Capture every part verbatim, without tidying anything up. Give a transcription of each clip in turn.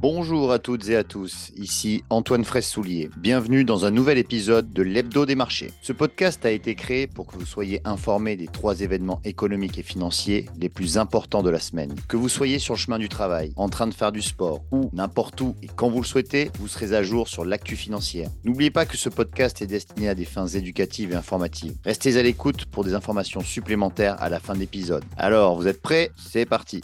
Bonjour à toutes et à tous, ici Antoine Fraisse-Soulier. Bienvenue dans un nouvel épisode de l'Hebdo des marchés. Ce podcast a été créé pour que vous soyez informés des trois événements économiques et financiers les plus importants de la semaine. Que vous soyez sur le chemin du travail, en train de faire du sport ou n'importe où et quand vous le souhaitez, vous serez à jour sur l'actu financière. N'oubliez pas que ce podcast est destiné à des fins éducatives et informatives. Restez à l'écoute pour des informations supplémentaires à la fin de l'épisode. Alors, vous êtes prêts? C'est parti!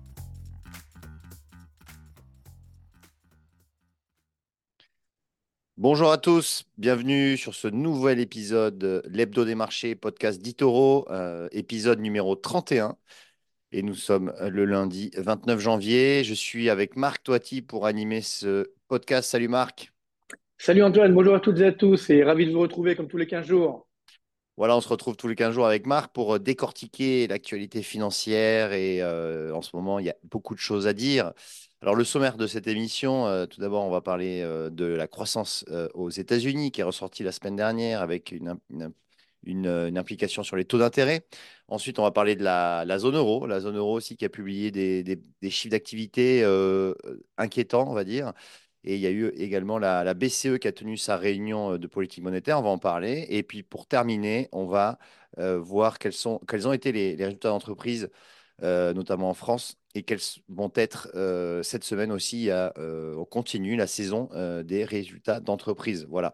Bonjour à tous, bienvenue sur ce nouvel épisode de l'Hebdo des marchés, podcast d'Itoro, euh, épisode numéro trente et un. Et nous sommes le lundi vingt-neuf janvier. Je suis avec Marc Toiti pour animer ce podcast. Salut Marc. Salut Antoine, bonjour à toutes et à tous et ravi de vous retrouver comme tous les quinze jours. Voilà, on se retrouve tous les quinze jours avec Marc pour euh, décortiquer l'actualité financière et euh, en ce moment, il y a beaucoup de choses à dire. Alors, le sommaire de cette émission, euh, tout d'abord, on va parler euh, de la croissance euh, aux États-Unis qui est ressortie la semaine dernière avec une, im- une im- une, euh, une implication sur les taux d'intérêt. Ensuite, on va parler de la, la zone euro, la zone euro aussi qui a publié des, des- des chiffres d'activité euh, inquiétants, on va dire. Et il y a eu également la, la B C E qui a tenu sa réunion euh, de politique monétaire, on va en parler. Et puis pour terminer, on va euh, voir quels sont, quels ont été les, les résultats d'entreprise, euh, notamment en France, et quels vont être euh, cette semaine aussi, à, euh, on continue la saison euh, des résultats d'entreprise. Voilà.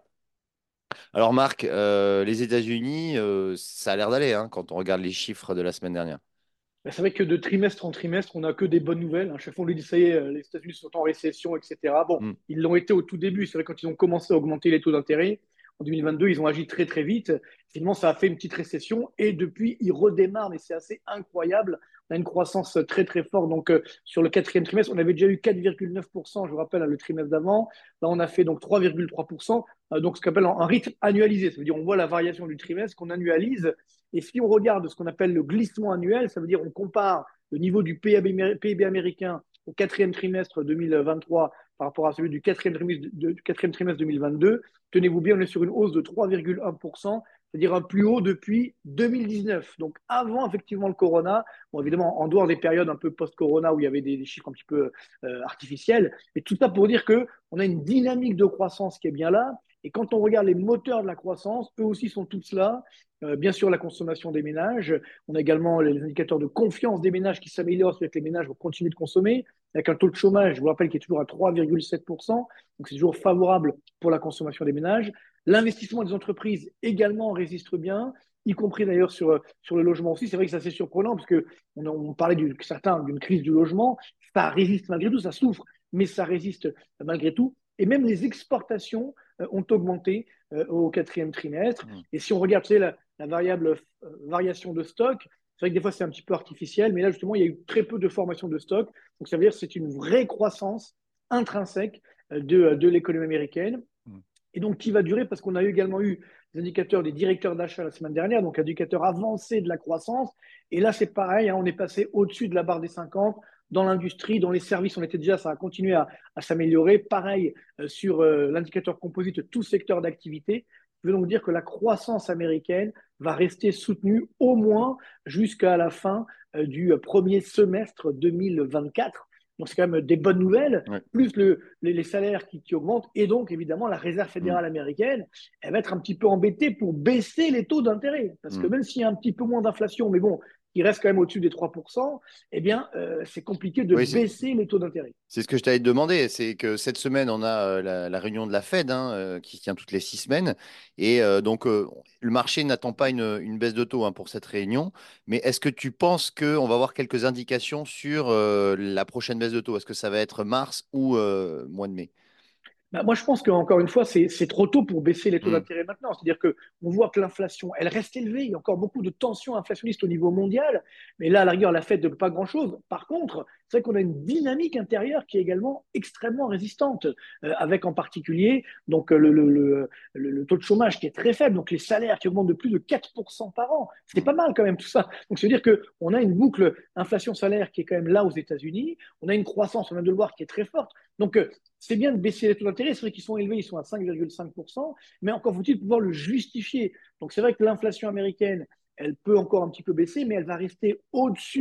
Alors Marc, euh, les États-Unis, euh, ça a l'air d'aller hein, quand on regarde les chiffres de la semaine dernière. Ben, C'est vrai que de trimestre en trimestre, on n'a que des bonnes nouvelles. À chaque fois, on lui dit, ça y est, euh, les États-Unis sont en récession, et cetera. Bon, Hmm. ils l'ont été au tout début. C'est vrai, quand ils ont commencé à augmenter les taux d'intérêt, en deux mille vingt-deux, ils ont agi très, très vite. Finalement, ça a fait une petite récession et depuis, ils redémarrent. Mais c'est assez incroyable. On a une croissance très, très forte. Donc, euh, sur le quatrième trimestre, on avait déjà eu quatre virgule neuf pour cent, je vous rappelle, hein, le trimestre d'avant. Là, on a fait donc trois virgule trois pour cent. Euh, donc, ce qu'on appelle un, un rythme annualisé. Ça veut dire on voit la variation du trimestre qu'on annualise. Et si on regarde ce qu'on appelle le glissement annuel, ça veut dire on compare le niveau du P I B américain au quatrième trimestre deux mille vingt-trois par rapport à celui du quatrième trimestre, de, du quatrième trimestre deux mille vingt-deux, tenez-vous bien, on est sur une hausse de trois virgule un pour cent, c'est-à-dire un plus haut depuis deux mille dix-neuf. Donc avant effectivement le corona, bon évidemment en dehors des périodes un peu post-corona où il y avait des, des chiffres un petit peu euh, artificiels, mais tout ça pour dire qu'on a une dynamique de croissance qui est bien là. Et quand on regarde les moteurs de la croissance, eux aussi sont tous là. Euh, bien sûr, la consommation des ménages. On a également les indicateurs de confiance des ménages qui s'améliorent, c'est-à-dire que les ménages vont continuer de consommer, avec un taux de chômage, je vous rappelle, qui est toujours à trois virgule sept pour cent. Donc, c'est toujours favorable pour la consommation des ménages. L'investissement des entreprises également résiste bien, y compris d'ailleurs sur, sur le logement aussi. C'est vrai que c'est assez surprenant, parce qu'on on parlait du, certains d'une crise du logement. Ça résiste malgré tout, ça souffre, mais ça résiste malgré tout. Et même les exportations euh, ont augmenté euh, au quatrième trimestre. Hmm. Et si on regarde, tu sais, la, la variable euh, variation de stock, c'est vrai que des fois c'est un petit peu artificiel, mais là justement il y a eu très peu de formation de stock. Donc ça veut dire que c'est une vraie croissance intrinsèque euh, de, de l'économie américaine Hmm. et donc qui va durer parce qu'on a également eu des indicateurs des directeurs d'achat la semaine dernière, donc indicateurs avancés de la croissance. Et là c'est pareil, hein, on est passé au-dessus de la barre des cinquante. Dans l'industrie, dans les services, on était déjà, ça a continué à, à s'améliorer. Pareil euh, sur euh, l'indicateur composite, tout secteur d'activité. Je veux donc dire que la croissance américaine va rester soutenue au moins jusqu'à la fin euh, du premier semestre deux mille vingt-quatre. Donc c'est quand même des bonnes nouvelles, Ouais. plus le, les, les, salaires qui, qui, augmentent. Et donc, évidemment, la Réserve Hmm. fédérale américaine, elle va être un petit peu embêtée pour baisser les taux d'intérêt. Parce que Hmm. même s'il y a un petit peu moins d'inflation, mais bon, il reste quand même au-dessus des trois pour cent, eh bien, euh, c'est compliqué de Oui, c'est baisser les taux d'intérêt. C'est ce que je t'avais demandé, c'est que cette semaine, on a euh, la, la réunion de la Fed hein, euh, qui se tient toutes les six semaines. Et euh, donc, euh, le marché n'attend pas une, une baisse de taux hein, pour cette réunion. Mais est-ce que tu penses qu'on va avoir quelques indications sur euh, la prochaine baisse de taux? Est-ce que ça va être mars ou euh, mois de mai? Bah, moi, je pense qu'encore une fois, c'est c'est trop tôt pour baisser les taux Hmm. d'intérêt maintenant. C'est-à-dire qu'on voit que l'inflation, elle reste élevée. Il y a encore beaucoup de tensions inflationnistes au niveau mondial. Mais là, à la rigueur, la Fed ne peut pas grand-chose. Par contre, c'est vrai qu'on a une dynamique intérieure qui est également extrêmement résistante, euh, avec en particulier donc, le, le, le, le, le taux de chômage qui est très faible, donc les salaires qui augmentent de plus de quatre pour cent par an. C'est Hmm. pas mal quand même tout ça. Donc, ça veut dire qu'on a une boucle inflation-salaire qui est quand même là aux États-Unis. On a une croissance, on vient de le voir, qui est très forte. Donc, euh, c'est bien de baisser les taux d'intérêt, c'est vrai qu'ils sont élevés, ils sont à cinq virgule cinq pour cent, mais encore faut-il pouvoir le justifier. Donc c'est vrai que l'inflation américaine, elle peut encore un petit peu baisser, mais elle va rester au-dessus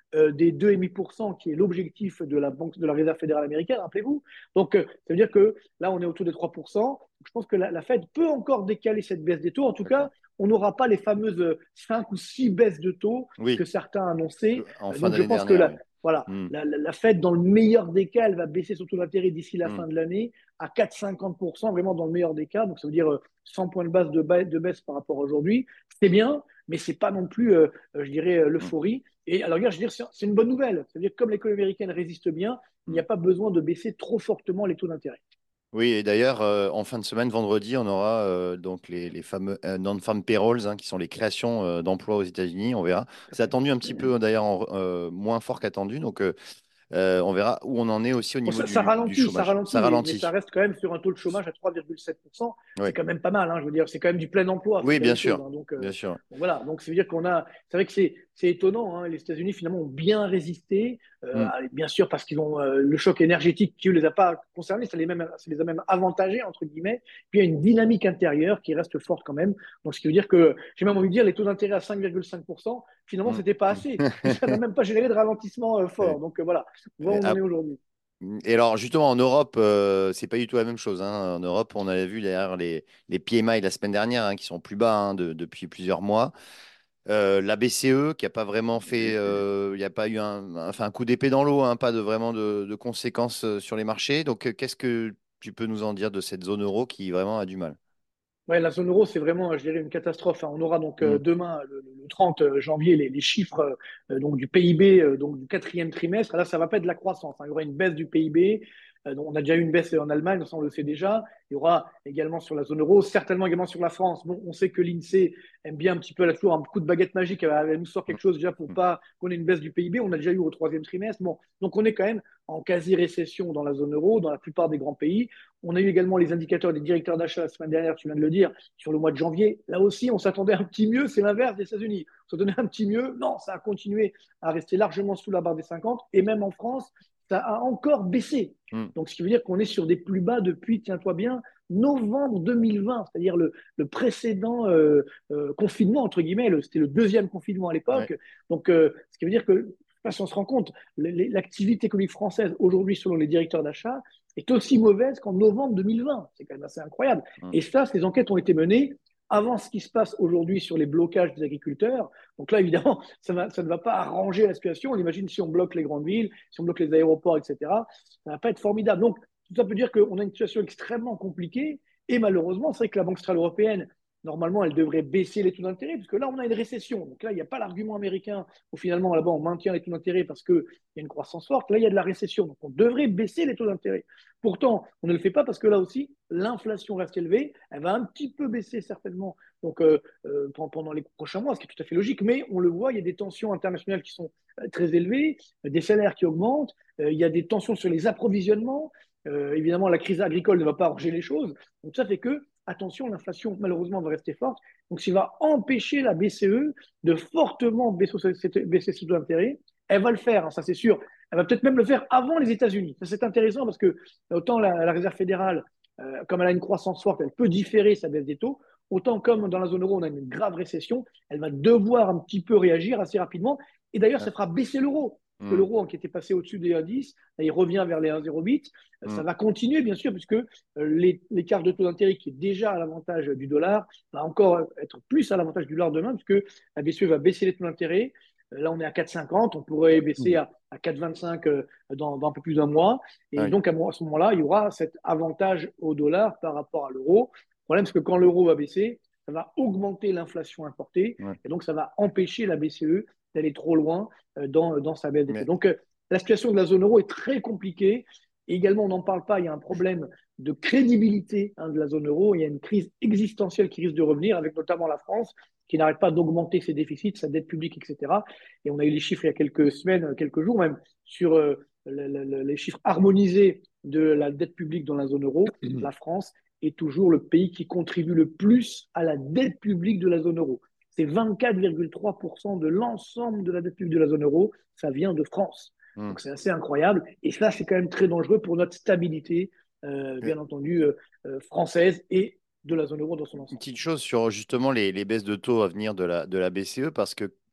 euh, des deux virgule cinq pour cent qui est l'objectif de la banque de la Réserve fédérale américaine, rappelez-vous. Donc, euh, ça veut dire que là, on est autour des trois pour cent. Je pense que la, la Fed peut encore décaler cette baisse des taux. En tout D'accord. cas, on n'aura pas les fameuses cinq ou six baisses de taux que Oui, certains annonçaient. en Euh, fin donc, je d'année pense que dernière, la, oui. voilà, Hmm, la, la, la Fed, dans le meilleur des cas, elle va baisser son taux d'intérêt d'ici la hmm. fin de l'année à quatre virgule cinquante pour cent, vraiment dans le meilleur des cas. Donc, ça veut dire euh, cent points de base de, ba de baisse par rapport à aujourd'hui. C'est bien, mais c'est pas non plus, euh, euh, je dirais, euh, Hmm, l'euphorie. Et alors, regarde, je veux dire, c'est une bonne nouvelle. C'est-à-dire que comme l'économie américaine résiste bien, il n'y hmm. a pas besoin de baisser trop fortement les taux d'intérêt. Oui, et d'ailleurs, euh, en fin de semaine, vendredi, on aura euh, donc les, les fameux euh, non-farm payrolls, hein, qui sont les créations euh, d'emplois aux États-Unis. On verra. C'est attendu un petit peu, d'ailleurs, en- euh, moins fort qu'attendu. Donc, euh, euh, on verra où on en est aussi au Bon, niveau ça, ça du, du ralentit, ça chômage. Ça ralentit, mais, mais ça ralentit. reste quand même sur un taux de chômage à trois virgule sept pour cent. C'est Oui, quand même pas mal, hein, je veux dire, c'est quand même du plein emploi, c'est oui, pas bien autre chose. sûr. Hein. Donc, Bien euh, sûr. donc voilà, donc ça veut dire qu'on a. C'est vrai que c'est c'est étonnant, hein, les États-Unis finalement ont bien résisté, euh, Hmm. bien sûr parce qu'ils ont euh, le choc énergétique qui ne les a pas concernés, ça les, même, ça les a même avantagés, entre guillemets. Puis il y a une dynamique intérieure qui reste forte quand même. Donc ce qui veut dire que, j'ai même envie de dire, les taux d'intérêt à cinq virgule cinq pour cent, finalement, Hmm. c'était pas assez. Et ça n'a même pas généré de ralentissement euh, Ouais. fort. Donc euh, voilà, on voit où Et, on en ap- est aujourd'hui. et alors, justement, en Europe, euh, c'est pas du tout la même chose, hein. En Europe, on avait vu d'ailleurs les, les P M I la semaine dernière, hein, qui sont plus bas, hein, de- depuis plusieurs mois. Euh, la B C E qui n'a pas vraiment fait, euh, il n'y a pas eu un, un- enfin, un coup d'épée dans l'eau, hein, pas de vraiment de, de conséquences euh, sur les marchés. Donc, euh, qu'est-ce que tu peux nous en dire de cette zone euro qui vraiment a du mal? Ouais, la zone euro, c'est vraiment, je dirais, une catastrophe. Hein. On aura donc Hmm. euh, demain, le, le trente janvier, les, les chiffres euh, donc du P I B euh, donc du quatrième trimestre. Là, ça va pas être de la croissance. Hein. Il y aura une baisse du P I B. Euh, donc on a déjà eu une baisse en Allemagne, ça on le sait déjà. Il y aura également sur la zone euro, certainement également sur la France. Bon, on sait que l'INSEE aime bien un petit peu, elle a toujours un coup de baguette magique. Elle, elle nous sort Hmm. quelque chose déjà pour Hmm. pas qu'on ait une baisse du P I B. On a déjà eu au troisième trimestre. Bon, donc on est quand même en quasi-récession dans la zone euro, dans la plupart des grands pays. On a eu également les indicateurs des directeurs d'achat la semaine dernière, tu viens de le dire, sur le mois de janvier. Là aussi, on s'attendait un petit mieux, c'est l'inverse des États-Unis. On s'attendait un petit mieux. Non, ça a continué à rester largement sous la barre des cinquante. Et même en France, ça a encore baissé. Hmm. Donc, ce qui veut dire qu'on est sur des plus bas depuis, tiens-toi bien, novembre deux mille vingt, c'est-à-dire le, le précédent euh, euh, confinement, entre guillemets, c'était le deuxième confinement à Ouais. l'époque. Donc, euh, ce qui veut dire que, je ne sais pas si on se rend compte, l'activité économique française, aujourd'hui, selon les directeurs d'achat, est aussi mauvaise qu'en novembre deux mille vingt. C'est quand même assez incroyable. Hmm. Et ça, ces enquêtes ont été menées avant ce qui se passe aujourd'hui sur les blocages des agriculteurs. Donc là, évidemment, ça, va, ça ne va pas arranger la situation. On imagine si on bloque les grandes villes, si on bloque les aéroports, et cetera, ça ne va pas être formidable. Donc, tout ça peut dire qu'on a une situation extrêmement compliquée. Et malheureusement, c'est vrai que la Banque centrale européenne, normalement, elle devrait baisser les taux d'intérêt, puisque là, on a une récession. Donc là, il n'y a pas l'argument américain où finalement, là-bas, on maintient les taux d'intérêt parce qu'il y a une croissance forte. Là, il y a de la récession. Donc on devrait baisser les taux d'intérêt. Pourtant, on ne le fait pas parce que là aussi, l'inflation reste élevée. Elle va un petit peu baisser certainement donc, euh, euh, pendant les prochains mois, ce qui est tout à fait logique. Mais on le voit, il y a des tensions internationales qui sont euh, très élevées, des salaires qui augmentent, euh, il y a des tensions sur les approvisionnements. Euh, évidemment, la crise agricole ne va pas arranger les choses. Donc ça fait que, attention, l'inflation, malheureusement, va rester forte. Donc, ce qui va empêcher la B C E de fortement baisser, baisser ses taux d'intérêt. Elle va le faire, hein, ça c'est sûr. Elle va peut-être même le faire avant les États-Unis. Ça, c'est intéressant parce que autant la, la Réserve fédérale, euh, comme elle a une croissance forte, elle peut différer sa baisse des taux. Autant comme dans la zone euro, on a une grave récession, elle va devoir un petit peu réagir assez rapidement. Et d'ailleurs, Ouais. ça fera baisser l'euro. Parce que Hmm. l'euro, qui était passé au-dessus des un virgule dix, il revient vers les un virgule zéro huit. Hmm. Ça va continuer, bien sûr, puisque l'écart de taux d'intérêt qui est déjà à l'avantage du dollar va encore être plus à l'avantage du dollar demain, puisque la B C E va baisser les taux d'intérêt. Là, on est à quatre virgule cinquante, on pourrait baisser Hmm. à, à quatre virgule vingt-cinq euh, dans, dans, un peu plus d'un mois. Ah Et oui. donc, à, à ce moment-là, il y aura cet avantage au dollar par rapport à l'euro. Le problème, c'est que quand l'euro va baisser, ça va augmenter l'inflation importée. Ouais. Et donc, ça va empêcher la B C E d'aller trop loin euh, dans, dans sa baisse des taux. Mais Donc, euh, la situation de la zone euro est très compliquée. Et également, on n'en parle pas, il y a un problème de crédibilité hein, de la zone euro. Il y a une crise existentielle qui risque de revenir, avec notamment la France, qui n'arrête pas d'augmenter ses déficits, sa dette publique, et cetera. Et on a eu les chiffres il y a quelques semaines, quelques jours même, sur euh, le, le, les chiffres harmonisés de la dette publique dans la zone euro. La France est toujours le pays qui contribue le plus à la dette publique de la zone euro. C'est vingt-quatre virgule trois pour cent de l'ensemble de la dette publique de la zone euro, ça vient de France. hmm. Donc c'est assez incroyable. Et ça, c'est quand même très dangereux pour notre stabilité, euh, bien entendu, euh, euh, française et de la zone euro dans son Une ensemble. petite chose sur justement les, les baisses de taux à venir de la, de la B C E, parce que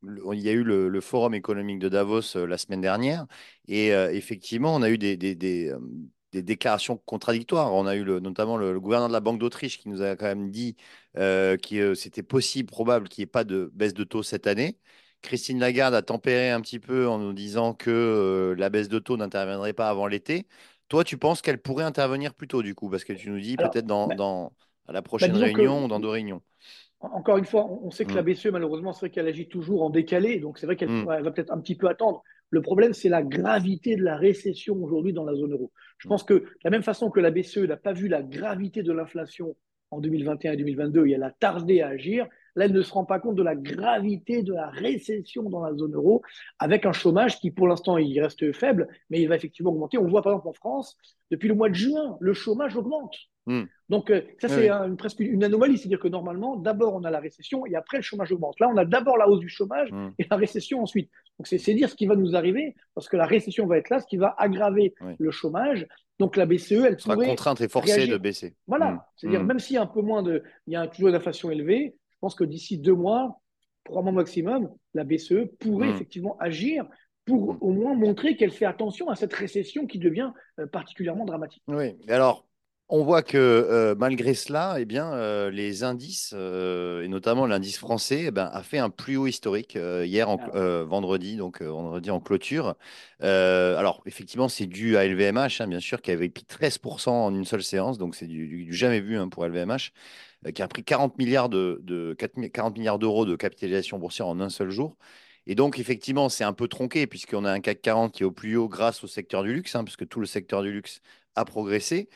le- il y a eu le, le Forum économique de Davos euh, la semaine dernière, et euh, effectivement, on a eu des, des, des, euh, des déclarations contradictoires. On a eu le- notamment le, le gouverneur de la Banque d'Autriche qui nous a quand même dit euh, que euh, c'était possible, probable qu'il n'y ait pas de baisse de taux cette année. Christine Lagarde a tempéré un petit peu en nous disant que euh, la baisse de taux n'interviendrait pas avant l'été. Toi, tu penses qu'elle pourrait intervenir plus tôt, du coup, parce que tu nous dis Alors, peut-être dans, bah, dans, à la bah, prochaine disons que réunion ou dans deux réunions. encore une fois, on sait que la Mm, B C E, malheureusement, c'est vrai qu'elle agit toujours en décalé, donc c'est vrai qu'elle mm, pourrait- elle va peut-être un petit peu attendre. Le problème, c'est la gravité de la récession aujourd'hui dans la zone euro. Je mm. pense que de la même façon que la B C E n'a pas vu la gravité de l'inflation en deux mille vingt et un et deux mille vingt-deux et elle a tardé à agir, là, elle ne se rend pas compte de la gravité de la récession dans la zone euro, avec un chômage qui, pour l'instant, il reste faible, mais il va effectivement augmenter. On voit par exemple en France, depuis le mois de juin, le chômage augmente. Mm. Donc, euh, ça, Oui, c'est oui. un- presque une anomalie. C'est-à-dire que normalement, d'abord, on a la récession et après, le chômage augmente. Là, on a d'abord la hausse du chômage Mm. et la récession ensuite. Donc, c'est c'est dire ce qui va nous arriver parce que la récession va être là, ce qui va aggraver Oui. le chômage. Donc, la B C E, elle On sera pourrait contrainte et forcée de réagir. baisser. Mm. Voilà. C'est-à-dire, Mm. même s'il y a un peu moins de. Il y a toujours une inflation élevée, je pense que d'ici deux mois, trois mois maximum, la B C E pourrait Mm. effectivement agir pour Mm. au moins montrer qu'elle fait attention à cette récession qui devient euh, particulièrement dramatique. Oui. Et alors, on voit que euh, malgré cela, eh bien, euh, les indices, euh, et notamment l'indice français, eh ben, a fait un plus haut historique euh, hier, en, cl- Alors, euh, vendredi, donc euh, vendredi en clôture. Euh, alors, effectivement, c'est dû à L V M H, hein, bien sûr, qui avait pris treize pour cent en une seule séance, donc c'est du, du- du jamais vu hein, pour L V M H, euh, qui a pris quarante milliards de, de quatre mi- quarante milliards d'euros de capitalisation boursière en un seul jour. Et donc, effectivement, c'est un peu tronqué, puisqu'on a un CAC quarante qui est au plus haut grâce au secteur du luxe, hein, puisque tout le secteur du luxe a progressé.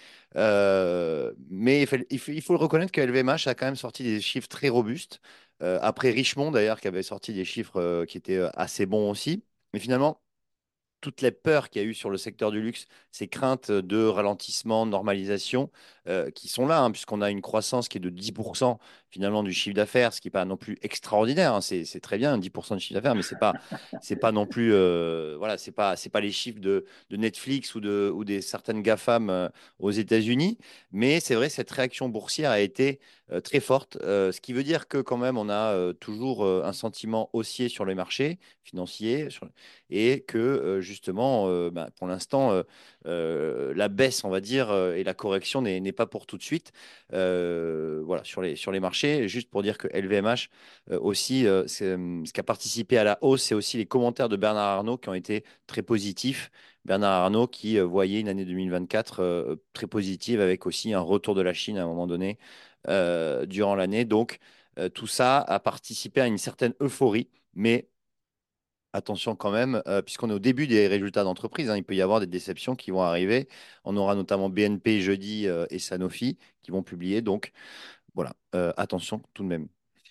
Euh, mais il faut, il faut- il faut le reconnaître que L V M H a quand même sorti des chiffres très robustes. Euh, après Richemont, d'ailleurs, qui avait sorti des chiffres euh, qui étaient euh, assez bons aussi. Mais finalement, toutes les peurs qu'il y a eu sur le secteur du luxe, ces craintes de ralentissement, de normalisation, euh, qui sont là, hein, puisqu'on a une croissance qui est de dix pour cent finalement du chiffre d'affaires, ce qui n'est pas non plus extraordinaire. Hein. C'est, c'est très bien, dix pour cent de chiffre d'affaires, mais c'est pas, c'est pas non plus, euh, voilà, c'est pas, c'est pas les chiffres de, de Netflix ou, de, ou des certaines GAFAM euh, aux États-Unis. Mais c'est vrai, cette réaction boursière a été euh, très forte, euh, ce qui veut dire que quand même, on a euh, toujours euh, un sentiment haussier sur les marchés financiers, sur et que euh, justement, euh, bah, pour l'instant, euh, euh, la baisse, on va dire, euh, et la correction n'est n'est pas pour tout de suite. Euh, voilà, sur les, sur les marchés, juste pour dire que L V M H euh, aussi, euh, c'est, euh, ce qui a participé à la hausse, c'est aussi les commentaires de Bernard Arnault qui ont été très positifs. Bernard Arnault qui euh, voyait une année deux mille vingt-quatre euh, très positive avec aussi un retour de la Chine à un moment donné euh, durant l'année. Donc, euh, tout ça a participé à une certaine euphorie, mais attention quand même, euh, puisqu'on est au début des résultats d'entreprise, hein, il peut y avoir des déceptions qui vont arriver. On aura notamment B N P jeudi euh, et Sanofi qui vont publier. Donc voilà, euh, attention tout de même.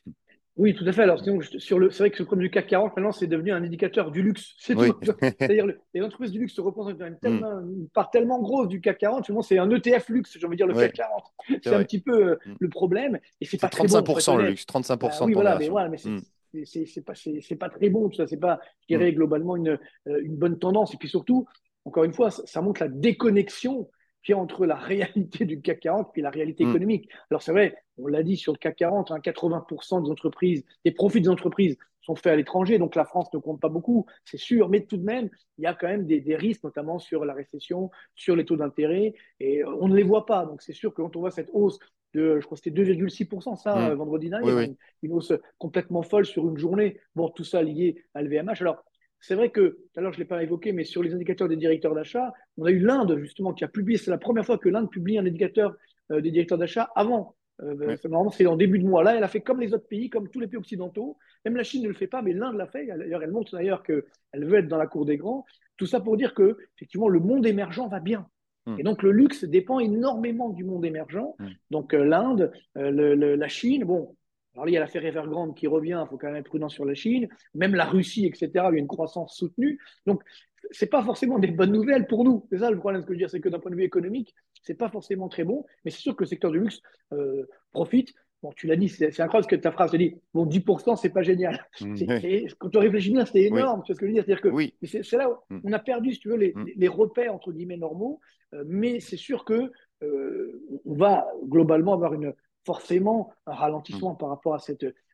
oui, tout à fait. Alors, sinon, sur le, c'est vrai que le problème du CAC quarante, maintenant, c'est devenu un indicateur du luxe. C'est tout. Oui. C'est-à-dire, le- les entreprises du luxe se représentent une, Hmm. tellement, une part tellement grosse du CAC quarante, finalement, c'est un E T F luxe, j'ai envie de dire, le Oui, CAC quarante. c'est C'est un vrai. petit peu euh, Hmm. le problème. Et c'est C'est pas très bon, il faut être trente-cinq pour cent le honnête. luxe, trente-cinq pour Bah cent de oui, voilà, mais pondération. voilà, mais c'est Hmm. c'est c'est- c'est pas, c'est c'est pas très bon, tout ça. C'est pas, je Hmm. dirais, globalement une, euh, une bonne tendance. Et puis surtout, encore une fois, ça, ça montre la déconnexion qu'il y a entre la réalité du CAC quarante et la réalité Hmm. économique. Alors, c'est vrai, on l'a dit sur le CAC quarante, hein, quatre-vingts pour cent des entreprises, des profits des entreprises sont faits à l'étranger, donc la France ne compte pas beaucoup, c'est sûr, mais tout de même, il y a quand même des, des risques, notamment sur la récession, sur les taux d'intérêt, et euh, on ne les voit pas. Donc c'est sûr que quand on voit cette hausse de, je crois que c'était deux virgule six pour cent, ça, Hmm. euh, vendredi Oui, dernier, oui. une, une hausse complètement folle sur une journée, bon, tout ça lié à L V M H. Alors, c'est vrai que, tout à l'heure, je ne l'ai pas évoqué, mais sur les indicateurs des directeurs d'achat, on a eu l'Inde, justement, qui a publié, c'est la première fois que l'Inde publie un indicateur euh, des directeurs d'achat avant. Euh, Oui. normalement, c'est en début de mois. Là, elle a fait comme les autres pays, comme tous les pays occidentaux. Même la Chine ne le fait pas, mais l'Inde l'a fait. D'ailleurs, elle montre d'ailleurs qu'elle veut être dans la cour des grands. Tout ça pour dire que, effectivement, le monde émergent va bien. Hmm. Et donc, le luxe dépend énormément du monde émergent. Hmm. Donc, euh, l'Inde, euh, le, le, la Chine, bon, alors là, il y a l'affaire Evergrande qui revient, il faut quand même être prudent sur la Chine. Même la Russie, et cetera, il y a une croissance soutenue. Donc, c'est pas forcément des bonnes nouvelles pour nous. C'est ça le problème, ce que je veux dire, c'est que d'un point de vue économique, c'est pas forcément très bon. Mais c'est sûr que le secteur du luxe euh, profite. Bon, tu l'as dit, c'est incroyable ce que ta phrase te dit. Bon, dix pour cent, c'est pas génial. Hmm. C'est, Oui. c'est, quand on réfléchit bien, c'est Oui. énorme. Tu vois ce que je veux dire? C'est-à-dire que Oui. c'est, c'est là où Hmm. on a perdu, si tu veux, les, Hmm. les repères, entre guillemets, normaux. Euh, mais c'est sûr que euh, on va globalement avoir une, forcément un Hmm. ralentissement par rapport à cette,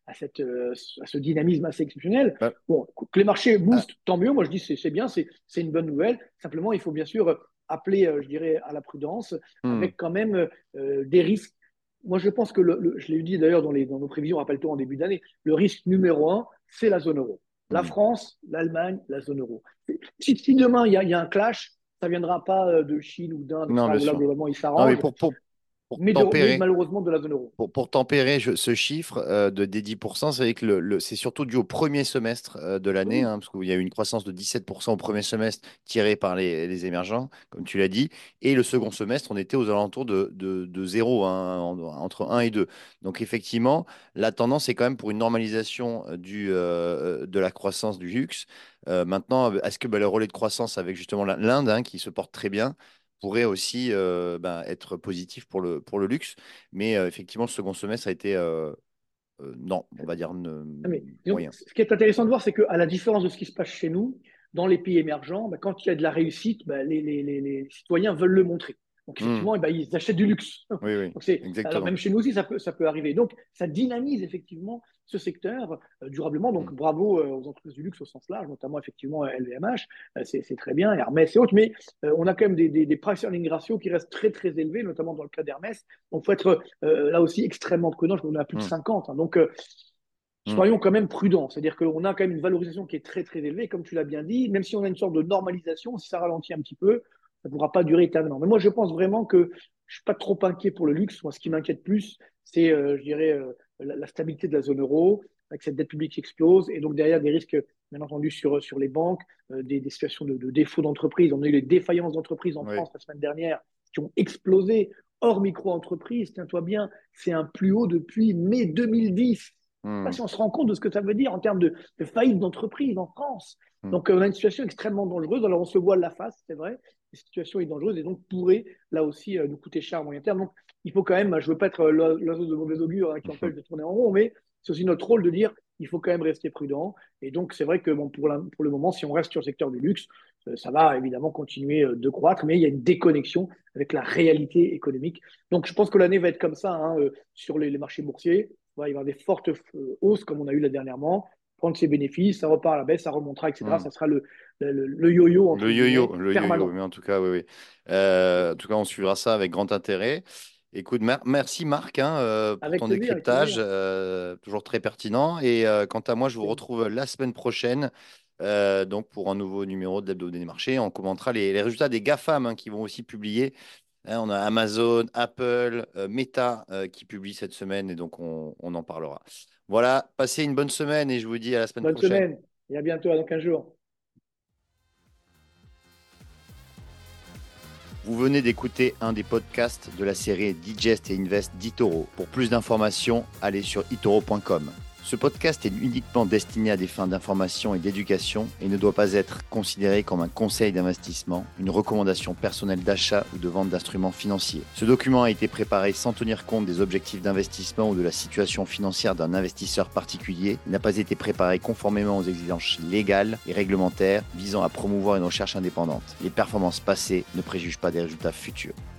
à, cette, euh, à ce dynamisme assez exceptionnel. Bah, Bon, que les marchés ah, boostent, tant mieux. Moi, je dis c'est c'est bien, c'est c'est une bonne nouvelle. Simplement, il faut bien sûr appeler, euh, je dirais, à la prudence, hmm, avec quand même euh, des risques. Moi, je pense que, le, le- je l'ai dit d'ailleurs dans, les, dans nos prévisions, rappelle-toi en début d'année, le risque numéro un, c'est la zone euro. La hmm. France, l'Allemagne, la zone euro. Si, si demain il y, a, il y a un clash, ça ne viendra pas euh, de Chine ou d'Inde, Non, et cetera, bien où là, sûr. globalement, ils Non, mais s'arrangent, pour, pour, pour mais, de- mais tempérer, malheureusement de la zone euro. Pour, pour tempérer je- ce chiffre euh, de, des dix pour cent, c'est vrai que le, le- c'est surtout dû au premier semestre euh, de l'année, Oui, hein, parce qu'il y a eu une croissance de dix-sept pour cent au premier semestre tiré par les, les émergents, comme tu l'as dit. Et le second semestre, on était aux alentours de, de, de zéro, hein, en- entre un et deux. Donc effectivement, la tendance est quand même pour une normalisation euh, du, euh, de la croissance du luxe. Euh, maintenant, est-ce que bah, le relais de croissance avec justement la- l'Inde, hein, qui se porte très bien, pourrait aussi euh, bah, être positif pour le, pour le luxe? Mais euh, effectivement, le second semestre a été, euh, euh, non, on va dire ne- ah, mais, disons, moyen. ce qui est intéressant de voir, c'est qu'à la différence de ce qui se passe chez nous, dans les pays émergents, bah, quand il y a de la réussite, bah, les, les, les, les citoyens veulent le montrer. Donc Hmm. effectivement, eh ben, ils achètent du luxe. Oui, oui, Donc c'est, alors exactement. même chez nous aussi, ça peut, ça peut arriver. Donc ça dynamise effectivement ce secteur euh, durablement. Donc Hmm. bravo euh, aux entreprises du luxe au sens large, notamment effectivement L V M H, euh, c'est, c'est très bien, Hermès et autres. Mais euh, on a quand même des, des, des price earning ratios qui restent très très élevés, notamment dans le cas d'Hermès. Donc il faut être euh, là aussi extrêmement prudent. Je crois qu'on est à plus de Hmm. cinquante, hein. Donc euh, Hmm. soyons quand même prudents. C'est-à-dire qu'on a quand même une valorisation qui est très très élevée, comme tu l'as bien dit, même si on a une sorte de normalisation, si ça ralentit un petit peu, ça ne pourra pas durer éternellement. Mais moi, je pense vraiment que je ne suis pas trop inquiet pour le luxe. Moi, ce qui m'inquiète plus, c'est, euh, je dirais, euh, la, la, stabilité de la zone euro, avec cette dette publique qui explose, et donc derrière des risques, bien entendu, sur, sur les banques, euh, des, des, situations de, de défaut d'entreprise. On a eu les défaillances d'entreprises en Oui. France la semaine dernière qui ont explosé. Hors micro-entreprise, tiens-toi bien, c'est un plus haut depuis mai deux mille dix. Pas Hmm. si on se rend compte de ce que ça veut dire en termes de, de faillite d'entreprise en France. Hmm. Donc, on a une situation extrêmement dangereuse. Alors, on se voile la face, c'est vrai. La situation est dangereuse et donc pourrait, là aussi, euh, nous coûter cher à moyen terme. Donc, il faut quand même, je ne veux pas être l'oiseau de mauvais augure hein, qui empêche de tourner en rond, mais c'est aussi notre rôle de dire il faut quand même rester prudent. Et donc, c'est vrai que bon, pour, la, pour le moment, si on reste sur le secteur du luxe, euh, ça va évidemment continuer euh, de croître, mais il y a une déconnexion avec la réalité économique. Donc, je pense que l'année va être comme ça hein, euh, sur les, les marchés boursiers. Il va y avoir des fortes euh, hausses comme on a eu là dernièrement, prendre ses bénéfices, ça repart à la baisse, ça remontera, et cetera. Hmm. Ça sera le, le, le yo-yo, entre Le yo-yo, guillemets, le yo-yo, permanent. mais en tout cas, oui, oui. Euh, en tout cas, on suivra ça avec grand intérêt. Écoute, mer- merci Marc hein, euh, pour Avec ton plaisir, avec décryptage, plaisir. euh, toujours très pertinent. Et euh, quant à moi, je vous retrouve la semaine prochaine euh, donc pour un nouveau numéro de l'Hebdo des marchés. On commentera les, les résultats des GAFAM hein, qui vont aussi publier. Hein, on a Amazon, Apple, euh, Meta euh, qui publient cette semaine et donc on, on en parlera. Voilà, passez une bonne semaine et je vous dis à la semaine Bonne prochaine. semaine et à bientôt, à dans quinze jours. Vous venez d'écouter un des podcasts de la série Digest et Invest d'eToro. Pour plus d'informations, allez sur itoro point com. Ce podcast est uniquement destiné à des fins d'information et d'éducation et ne doit pas être considéré comme un conseil d'investissement, une recommandation personnelle d'achat ou de vente d'instruments financiers. Ce document a été préparé sans tenir compte des objectifs d'investissement ou de la situation financière d'un investisseur particulier. Il n'a pas été préparé conformément aux exigences légales et réglementaires visant à promouvoir une recherche indépendante. Les performances passées ne préjugent pas des résultats futurs.